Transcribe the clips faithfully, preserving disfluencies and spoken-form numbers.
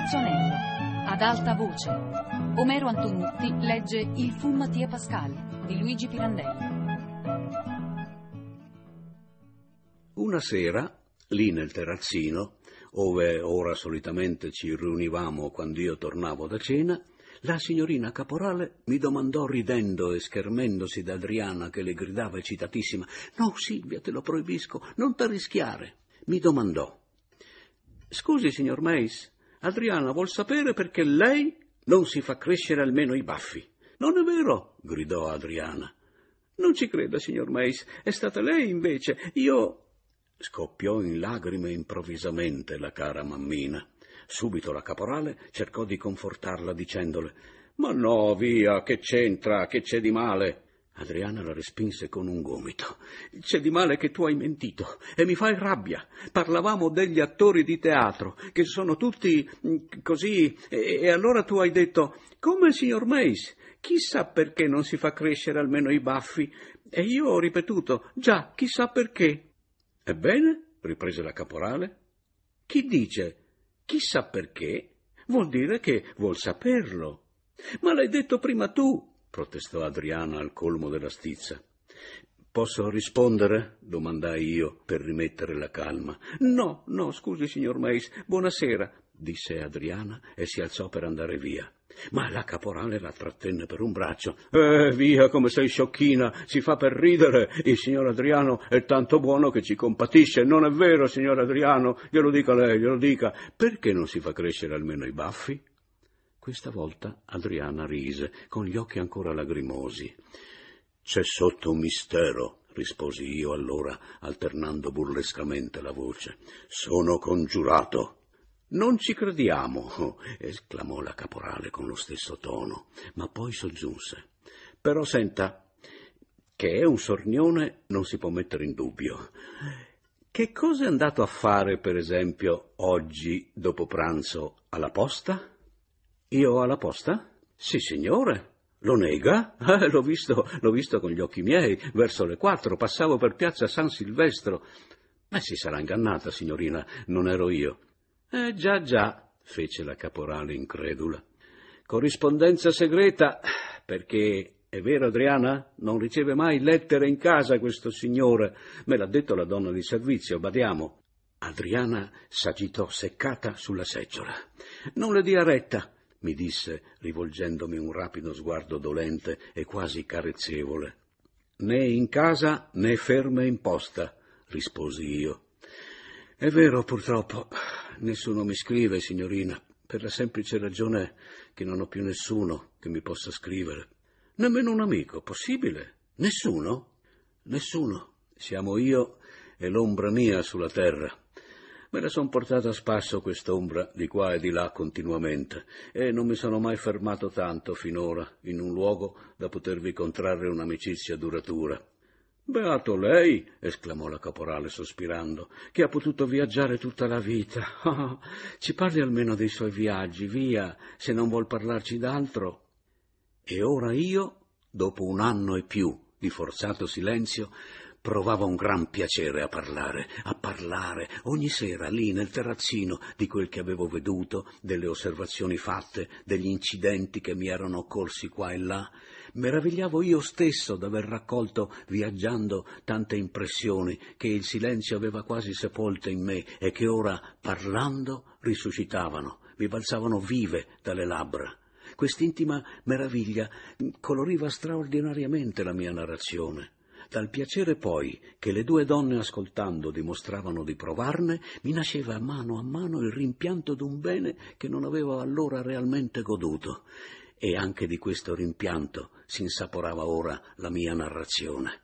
Terzo anello. Ad alta voce. Omero Antonutti legge Il fu Mattia Pascal di Luigi Pirandelli. Una sera, lì nel terrazzino, ove ora solitamente ci riunivamo quando io tornavo da cena, la signorina Caporale mi domandò ridendo e schermendosi da Adriana che le gridava eccitatissima: «No, Silvia, te lo proibisco, non t'arrischiare». Mi domandò: «Scusi, signor Meis, Adriana vuol sapere perché lei non si fa crescere almeno i baffi». «Non è vero», gridò Adriana. «Non ci creda, signor Meis, è stata lei invece, io...» Scoppiò in lagrime improvvisamente la cara mammina. Subito la Caporale cercò di confortarla dicendole: «Ma no, via, che c'entra, che c'è di male?» Adriana la respinse con un gomito. «C'è di male che tu hai mentito e mi fai rabbia. Parlavamo degli attori di teatro, che sono tutti così, e, e allora tu hai detto: come signor Meis, chissà perché non si fa crescere almeno i baffi. E io ho ripetuto: già, chissà perché». «Ebbene», riprese la Caporale, «chi dice chissà perché vuol dire che vuol saperlo». «Ma l'hai detto prima tu», protestò Adriana al colmo della stizza. «Posso rispondere?» domandai io per rimettere la calma. «No, no, scusi, signor Meis, buonasera», disse Adriana e si alzò per andare via. Ma la Caporale la trattenne per un braccio. «Eh, via, come sei sciocchina, si fa per ridere, il signor Adriano è tanto buono che ci compatisce, non è vero, signor Adriano? Glielo dica lei, glielo dica. Perché non si fa crescere almeno i baffi?» Questa volta Adriana rise, con gli occhi ancora lagrimosi. «C'è sotto un mistero», risposi io allora, alternando burlescamente la voce. «Sono congiurato». «Non ci crediamo», esclamò la Caporale con lo stesso tono, ma poi soggiunse: «Però senta, che è un sornione non si può mettere in dubbio. Che cosa è andato a fare, per esempio, oggi dopo pranzo alla posta?» «Io alla posta?» «Sì, signore». «Lo nega?» Eh, l'ho visto, l'ho visto con gli occhi miei, verso le quattro, passavo per piazza San Silvestro». «Ma si sarà ingannata, signorina, non ero io». «Eh, già, già», fece la Caporale incredula. «Corrispondenza segreta, perché, è vero Adriana, non riceve mai lettere in casa questo signore, me l'ha detto la donna di servizio, badiamo». Adriana s'agitò seccata sulla seggiola. «Non le dia retta», mi disse, rivolgendomi un rapido sguardo dolente e quasi carezzevole. «Né in casa né ferme in posta», risposi io. «È vero, purtroppo, nessuno mi scrive, signorina, per la semplice ragione che non ho più nessuno che mi possa scrivere». «Nemmeno un amico, possibile? Nessuno?» «Nessuno. Siamo io e l'ombra mia sulla terra. Me la son portata a spasso quest'ombra di qua e di là continuamente, e non mi sono mai fermato tanto finora in un luogo da potervi contrarre un'amicizia duratura». «Beato lei», esclamò la Caporale sospirando, «che ha potuto viaggiare tutta la vita. Oh, ci parli almeno dei suoi viaggi, via, se non vuol parlarci d'altro». E ora io, dopo un anno e più di forzato silenzio, provavo un gran piacere a parlare, a parlare ogni sera lì nel terrazzino di quel che avevo veduto, delle osservazioni fatte, degli incidenti che mi erano occorsi qua e là. Meravigliavo io stesso d'aver raccolto, viaggiando, tante impressioni che il silenzio aveva quasi sepolte in me e che ora, parlando, risuscitavano, mi balzavano vive dalle labbra. Quest'intima meraviglia coloriva straordinariamente la mia narrazione. Dal piacere poi che le due donne ascoltando dimostravano di provarne, mi nasceva a mano a mano il rimpianto d'un bene che non avevo allora realmente goduto. E anche di questo rimpianto si insaporava ora la mia narrazione.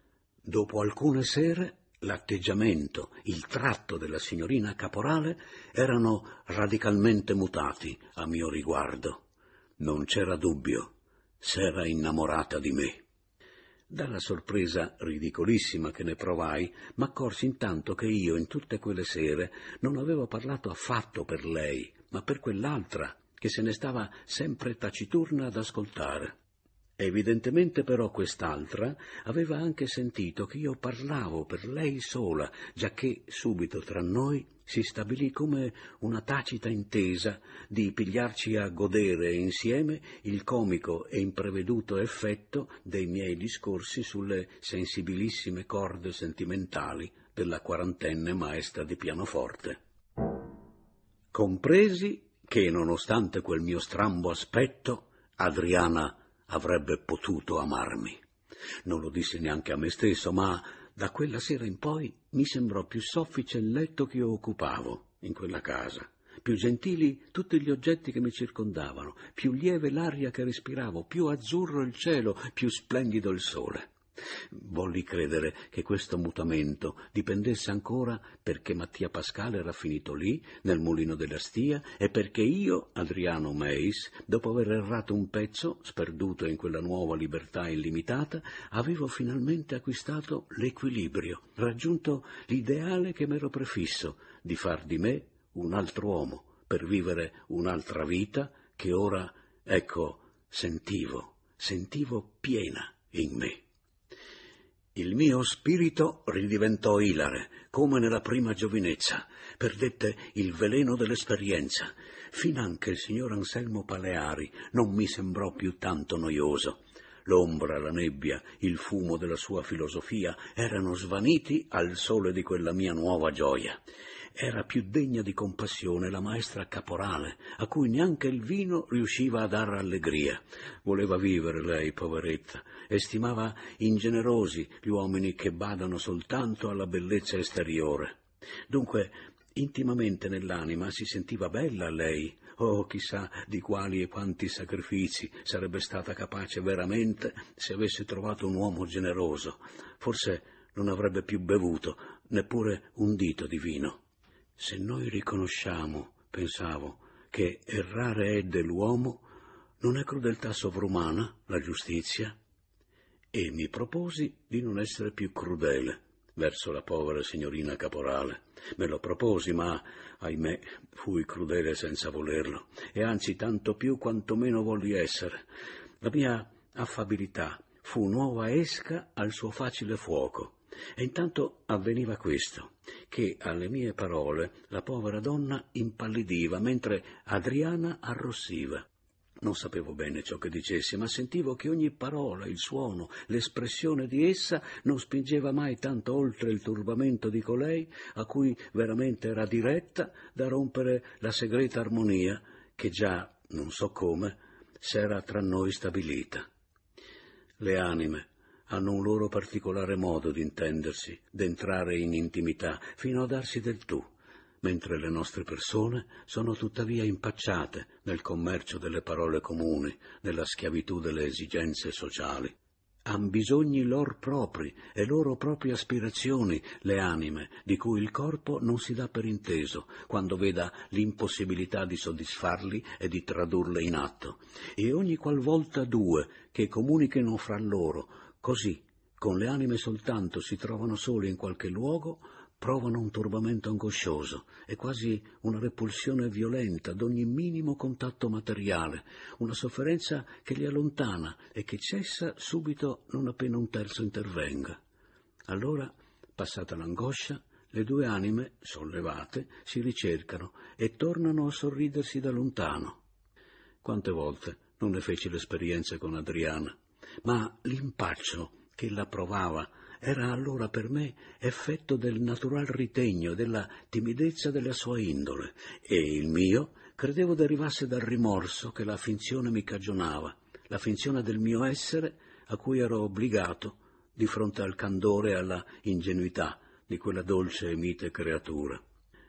Dopo alcune sere l'atteggiamento, il tratto della signorina Caporale erano radicalmente mutati a mio riguardo. Non c'era dubbio, s'era innamorata di me. Dalla sorpresa ridicolissima che ne provai, m'accorsi intanto che io in tutte quelle sere non avevo parlato affatto per lei, ma per quell'altra, che se ne stava sempre taciturna ad ascoltare. Evidentemente però quest'altra aveva anche sentito che io parlavo per lei sola, giacché subito tra noi si stabilì come una tacita intesa di pigliarci a godere insieme il comico e impreveduto effetto dei miei discorsi sulle sensibilissime corde sentimentali della quarantenne maestra di pianoforte. Compresi che, nonostante quel mio strambo aspetto, Adriana avrebbe potuto amarmi. Non lo dissi neanche a me stesso, ma da quella sera in poi mi sembrò più soffice il letto che io occupavo in quella casa, più gentili tutti gli oggetti che mi circondavano, più lieve l'aria che respiravo, più azzurro il cielo, più splendido il sole. Volli credere che questo mutamento dipendesse ancora perché Mattia Pascal era finito lì, nel mulino della stia, e perché io, Adriano Meis, dopo aver errato un pezzo, sperduto in quella nuova libertà illimitata, avevo finalmente acquistato l'equilibrio, raggiunto l'ideale che m'ero prefisso di far di me un altro uomo, per vivere un'altra vita che ora, ecco, sentivo, sentivo piena in me. Il mio spirito ridiventò ilare, come nella prima giovinezza, perdette il veleno dell'esperienza. Finanche il signor Anselmo Paleari non mi sembrò più tanto noioso. L'ombra, la nebbia, il fumo della sua filosofia erano svaniti al sole di quella mia nuova gioia. Era più degna di compassione la maestra Caporale, a cui neanche il vino riusciva a dar allegria. Voleva vivere lei, poveretta, e stimava ingenerosi gli uomini che badano soltanto alla bellezza esteriore. Dunque, intimamente nell'anima si sentiva bella lei. Oh, chissà di quali e quanti sacrifici sarebbe stata capace veramente se avesse trovato un uomo generoso. Forse non avrebbe più bevuto neppure un dito di vino. Se noi riconosciamo, pensavo, che errare è dell'uomo, non è crudeltà sovrumana la giustizia? E mi proposi di non essere più crudele verso la povera signorina Caporale. Me lo proposi, ma, ahimè, fui crudele senza volerlo, e anzi tanto più quanto meno volli essere. La mia affabilità fu nuova esca al suo facile fuoco. E intanto avveniva questo, che alle mie parole la povera donna impallidiva, mentre Adriana arrossiva. Non sapevo bene ciò che dicesse, ma sentivo che ogni parola, il suono, l'espressione di essa non spingeva mai tanto oltre il turbamento di colei, a cui veramente era diretta, da rompere la segreta armonia che già, non so come, s'era tra noi stabilita. Le anime hanno un loro particolare modo di intendersi, d'entrare in intimità, fino a darsi del tu, mentre le nostre persone sono tuttavia impacciate nel commercio delle parole comuni, nella schiavitù delle esigenze sociali. Han bisogni lor propri e loro proprie aspirazioni, le anime, di cui il corpo non si dà per inteso, quando veda l'impossibilità di soddisfarli e di tradurle in atto. E ogni qualvolta due che comunichino fra loro, così, con le anime soltanto si trovano soli in qualche luogo, provano un turbamento angoscioso e quasi una repulsione violenta ad ogni minimo contatto materiale, una sofferenza che li allontana e che cessa subito non appena un terzo intervenga. Allora, passata l'angoscia, le due anime, sollevate, si ricercano e tornano a sorridersi da lontano. Quante volte non ne feci l'esperienza con Adriana, ma l'impaccio che la provava era allora per me effetto del natural ritegno, della timidezza della sua indole, e il mio credevo derivasse dal rimorso che la finzione mi cagionava, la finzione del mio essere a cui ero obbligato di fronte al candore e alla ingenuità di quella dolce e mite creatura.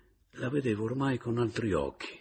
La vedevo ormai con altri occhi,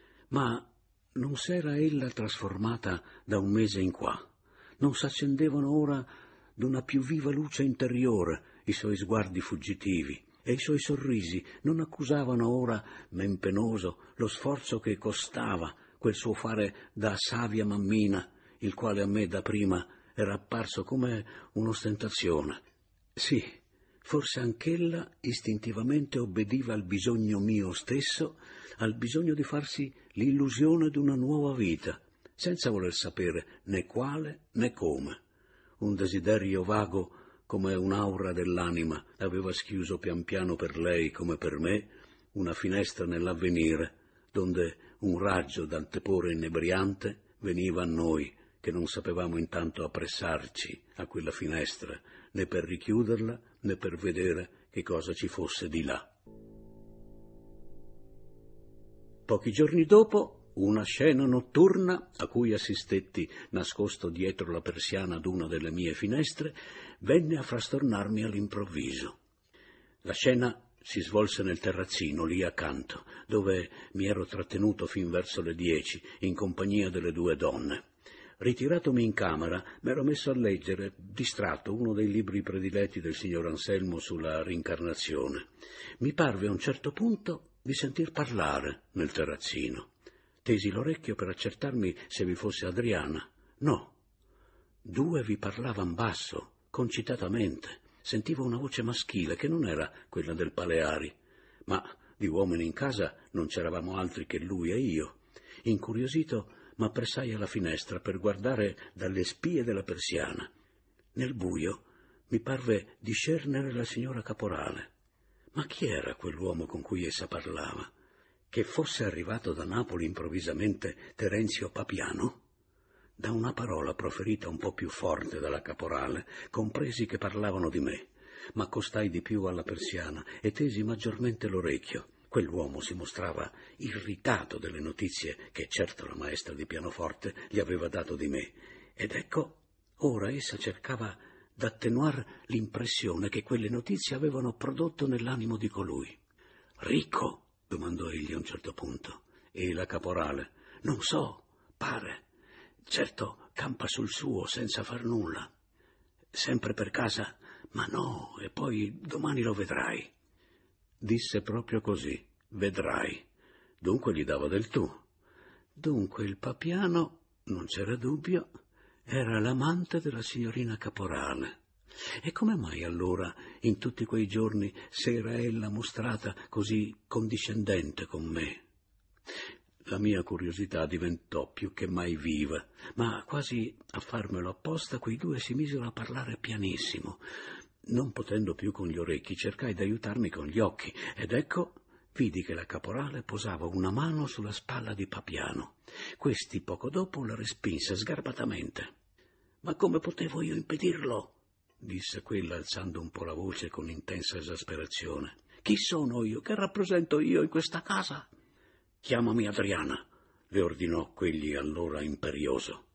ma non s'era ella trasformata da un mese in qua, non s'accendevano ora d'una più viva luce interiore i suoi sguardi fuggitivi, e i suoi sorrisi non accusavano ora, men penoso, lo sforzo che costava quel suo fare da savia mammina, il quale a me dapprima era apparso come un'ostentazione. Sì, forse anch'ella istintivamente obbediva al bisogno mio stesso, al bisogno di farsi l'illusione d'una nuova vita, senza voler sapere né quale né come. Un desiderio vago, come un'aura dell'anima, aveva schiuso pian piano per lei come per me una finestra nell'avvenire, donde un raggio dal tepore inebriante veniva a noi, che non sapevamo intanto appressarci a quella finestra, né per richiuderla, né per vedere che cosa ci fosse di là. Pochi giorni dopo, una scena notturna, a cui assistetti nascosto dietro la persiana d'una delle mie finestre, venne a frastornarmi all'improvviso. La scena si svolse nel terrazzino, lì accanto, dove mi ero trattenuto fin verso le dieci, in compagnia delle due donne. Ritiratomi in camera, m'ero messo a leggere, distratto, uno dei libri prediletti del signor Anselmo sulla rincarnazione. Mi parve a un certo punto di sentir parlare nel terrazzino. Tesi l'orecchio per accertarmi se vi fosse Adriana. No. Due vi parlavan basso, concitatamente. Sentivo una voce maschile che non era quella del Paleari, ma di uomini in casa non c'eravamo altri che lui e io. Incuriosito, m'appressai alla finestra per guardare dalle spie della persiana. Nel buio mi parve discernere la signora Caporale. Ma chi era quell'uomo con cui essa parlava? Che fosse arrivato da Napoli improvvisamente Terenzio Papiano? Da una parola proferita un po' più forte dalla Caporale, compresi che parlavano di me. M'accostai di più alla persiana e tesi maggiormente l'orecchio. Quell'uomo si mostrava irritato delle notizie che certo la maestra di pianoforte gli aveva dato di me. Ed ecco, ora essa cercava d'attenuar l'impressione che quelle notizie avevano prodotto nell'animo di colui. «Ricco?» domandò egli a un certo punto. E la Caporale? «Non so, pare. Certo, campa sul suo senza far nulla. Sempre per casa? Ma no, e poi domani lo vedrai». Disse proprio così, vedrai. Dunque gli dava del tu. Dunque il Papiano, non c'era dubbio, era l'amante della signorina Caporale. E come mai allora, in tutti quei giorni, s'era ella mostrata così condiscendente con me? La mia curiosità diventò più che mai viva, ma quasi a farmelo apposta quei due si misero a parlare pianissimo. Non potendo più con gli orecchi, cercai d'aiutarmi con gli occhi, ed ecco, vidi che la Caporale posava una mano sulla spalla di Papiano. Questi poco dopo la respinse sgarbatamente. «Ma come potevo io impedirlo?» disse quella, alzando un po' la voce con intensa esasperazione. «Chi sono io? Che rappresento io in questa casa?» «Chiamami Adriana», le ordinò quegli allora imperioso.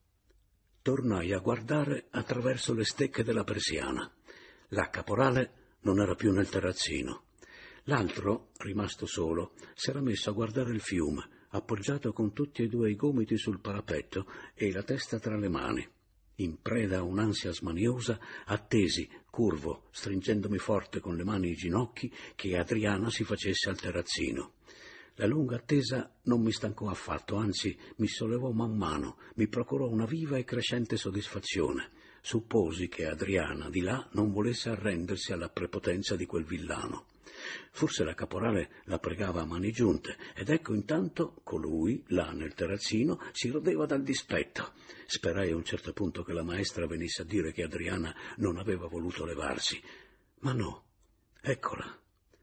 Tornai a guardare attraverso le stecche della persiana. La Caporale non era più nel terrazzino. L'altro, rimasto solo, s'era messo a guardare il fiume, appoggiato con tutti e due i gomiti sul parapetto e la testa tra le mani. In preda a un'ansia smaniosa, attesi, curvo, stringendomi forte con le mani i ginocchi, che Adriana si facesse al terrazzino. La lunga attesa non mi stancò affatto, anzi mi sollevò man mano, mi procurò una viva e crescente soddisfazione. Supposi che Adriana di là non volesse arrendersi alla prepotenza di quel villano. Forse la Caporale la pregava a mani giunte, ed ecco intanto colui, là nel terrazzino, si rodeva dal dispetto. Sperai a un certo punto che la maestra venisse a dire che Adriana non aveva voluto levarsi. Ma no, eccola.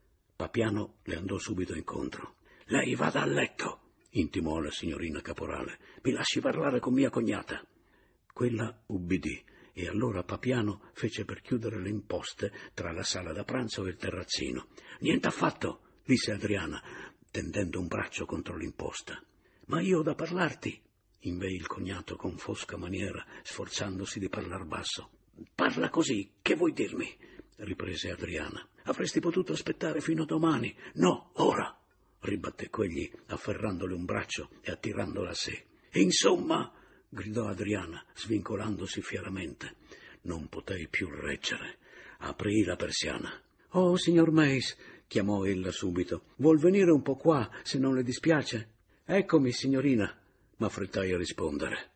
Papiano le andò subito incontro. «Lei vada a letto», intimò la signorina Caporale. «Mi lasci parlare con mia cognata». Quella ubbidì. E allora Papiano fece per chiudere le imposte tra la sala da pranzo e il terrazzino. «Niente affatto», disse Adriana, tendendo un braccio contro l'imposta. «Ma io ho da parlarti», inveì il cognato con fosca maniera, sforzandosi di parlar basso. «Parla così, che vuoi dirmi?» riprese Adriana. «Avresti potuto aspettare fino a domani». «No, ora», ribatté quegli, afferrandole un braccio e attirandola a sé. «Insomma», gridò Adriana, svincolandosi fieramente. Non potei più reggere. Aprii la persiana. «Oh, signor Meis», chiamò ella subito, «vuol venire un po' qua, se non le dispiace?» «Eccomi, signorina», m'affrettai a rispondere.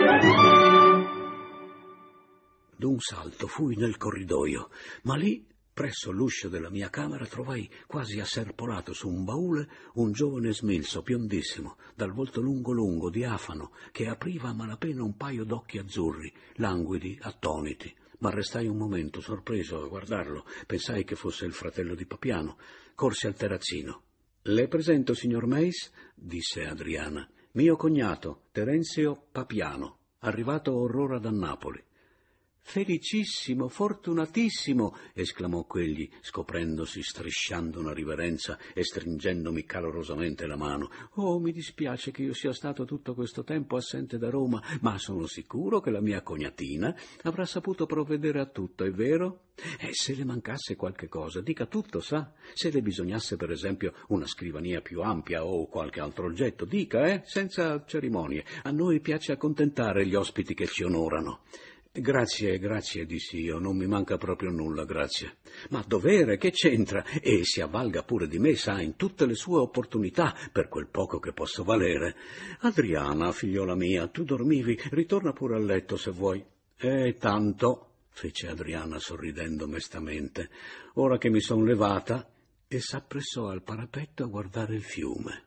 D'un salto fui nel corridoio, ma lì, presso l'uscio della mia camera, trovai quasi asserpolato su un baule un giovane smilzo, biondissimo, dal volto lungo lungo, diafano, che apriva a malapena un paio d'occhi azzurri, languidi, attoniti. Ma restai un momento sorpreso a guardarlo, pensai che fosse il fratello di Papiano. Corsi al terrazzino. «Le presento, signor Meis», disse Adriana, «mio cognato, Terenzio Papiano, arrivato orrora da Napoli». «Felicissimo, fortunatissimo!» esclamò quegli, scoprendosi, strisciando una riverenza e stringendomi calorosamente la mano. «Oh, mi dispiace che io sia stato tutto questo tempo assente da Roma, ma sono sicuro che la mia cognatina avrà saputo provvedere a tutto, è vero? E se le mancasse qualche cosa, dica tutto, sa? Se le bisognasse, per esempio, una scrivania più ampia o qualche altro oggetto, dica, eh, senza cerimonie. A noi piace accontentare gli ospiti che ci onorano». «Grazie, grazie», dissi io, «non mi manca proprio nulla, grazie». «Ma dovere, che c'entra? E si avvalga pure di me, sa, in tutte le sue opportunità, per quel poco che posso valere. Adriana, figliola mia, tu dormivi, ritorna pure a letto se vuoi». «Eh, tanto», fece Adriana sorridendo mestamente, «ora che mi son levata», e s'appressò al parapetto a guardare il fiume.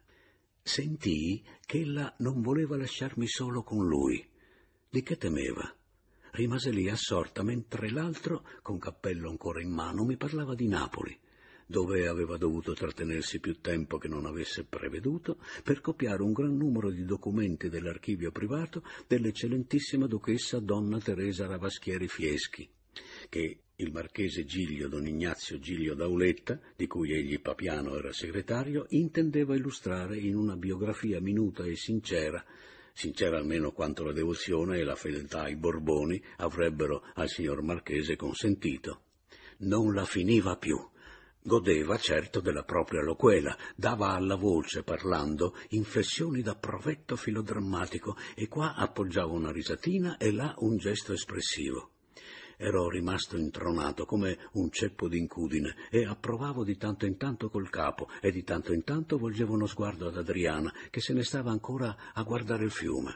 Sentii che ella non voleva lasciarmi solo con lui. Di che temeva? Rimase lì assorta mentre l'altro, con cappello ancora in mano, mi parlava di Napoli, dove aveva dovuto trattenersi più tempo che non avesse preveduto per copiare un gran numero di documenti dell'archivio privato dell'eccellentissima duchessa Donna Teresa Ravaschieri Fieschi, che il marchese Giglio don Ignazio Giglio d'Auletta, di cui egli Papiano era segretario, intendeva illustrare in una biografia minuta e sincera, sincera almeno quanto la devozione e la fedeltà ai Borboni avrebbero al signor marchese consentito. Non la finiva più. Godeva certo della propria loquela, dava alla voce, parlando, inflessioni da provetto filodrammatico, e qua appoggiava una risatina e là un gesto espressivo. Ero rimasto intronato come un ceppo d'incudine e approvavo di tanto in tanto col capo e di tanto in tanto volgevo uno sguardo ad Adriana, che se ne stava ancora a guardare il fiume.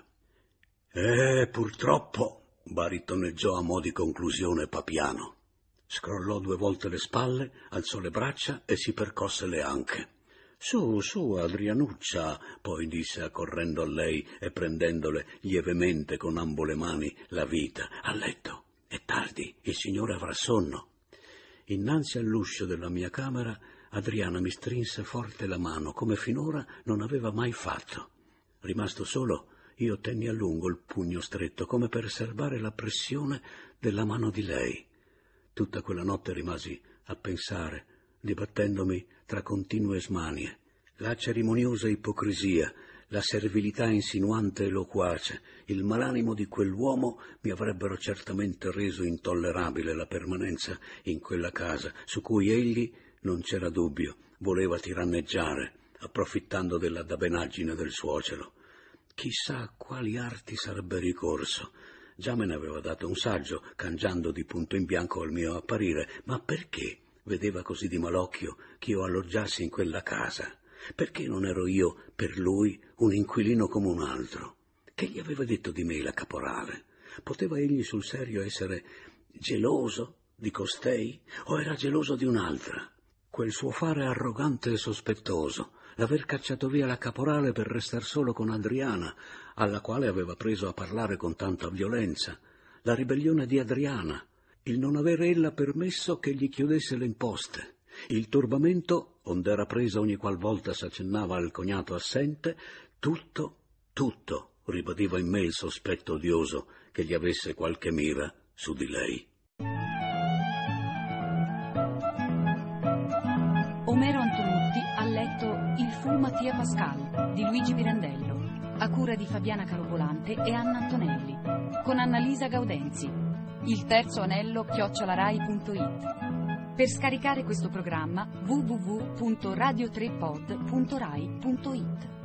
«Eh, purtroppo», baritoneggiò a mo' di conclusione Papiano. Scrollò due volte le spalle, alzò le braccia e si percosse le anche. «Su, su, Adrianuccia», poi disse accorrendo a lei e prendendole lievemente con ambo le mani la vita, «a letto. È tardi, il signore avrà sonno». Innanzi all'uscio della mia camera, Adriana mi strinse forte la mano, come finora non aveva mai fatto. Rimasto solo, io tenni a lungo il pugno stretto, come per serbare la pressione della mano di lei. Tutta quella notte rimasi a pensare, dibattendomi tra continue smanie. La cerimoniosa ipocrisia, la servilità insinuante e loquace, il malanimo di quell'uomo mi avrebbero certamente reso intollerabile la permanenza in quella casa, su cui egli, non c'era dubbio, voleva tiranneggiare, approfittando della dabenaggine del suocero. Chissà a quali arti sarebbe ricorso. Già me ne aveva dato un saggio, cangiando di punto in bianco al mio apparire, ma perché vedeva così di malocchio che io alloggiassi in quella casa? Perché non ero io, per lui, un inquilino come un altro? Che gli aveva detto di me la caporale? Poteva egli sul serio essere geloso di costei o era geloso di un'altra? Quel suo fare arrogante e sospettoso, l'aver cacciato via la caporale per restar solo con Adriana, alla quale aveva preso a parlare con tanta violenza, la ribellione di Adriana, il non aver ella permesso che gli chiudesse le imposte, il turbamento, ond'era presa ogni qual volta s'accennava al cognato assente, tutto, tutto ribadiva in me il sospetto odioso che gli avesse qualche mira su di lei. Omero Antonutti ha letto Il fu Mattia Pascal di Luigi Pirandello, a cura di Fabiana Carobolante e Anna Antonelli, con Annalisa Gaudenzi. Il terzo anello chiocciolarai punto it. Per scaricare questo programma w w w punto radio tre pod punto rai punto it.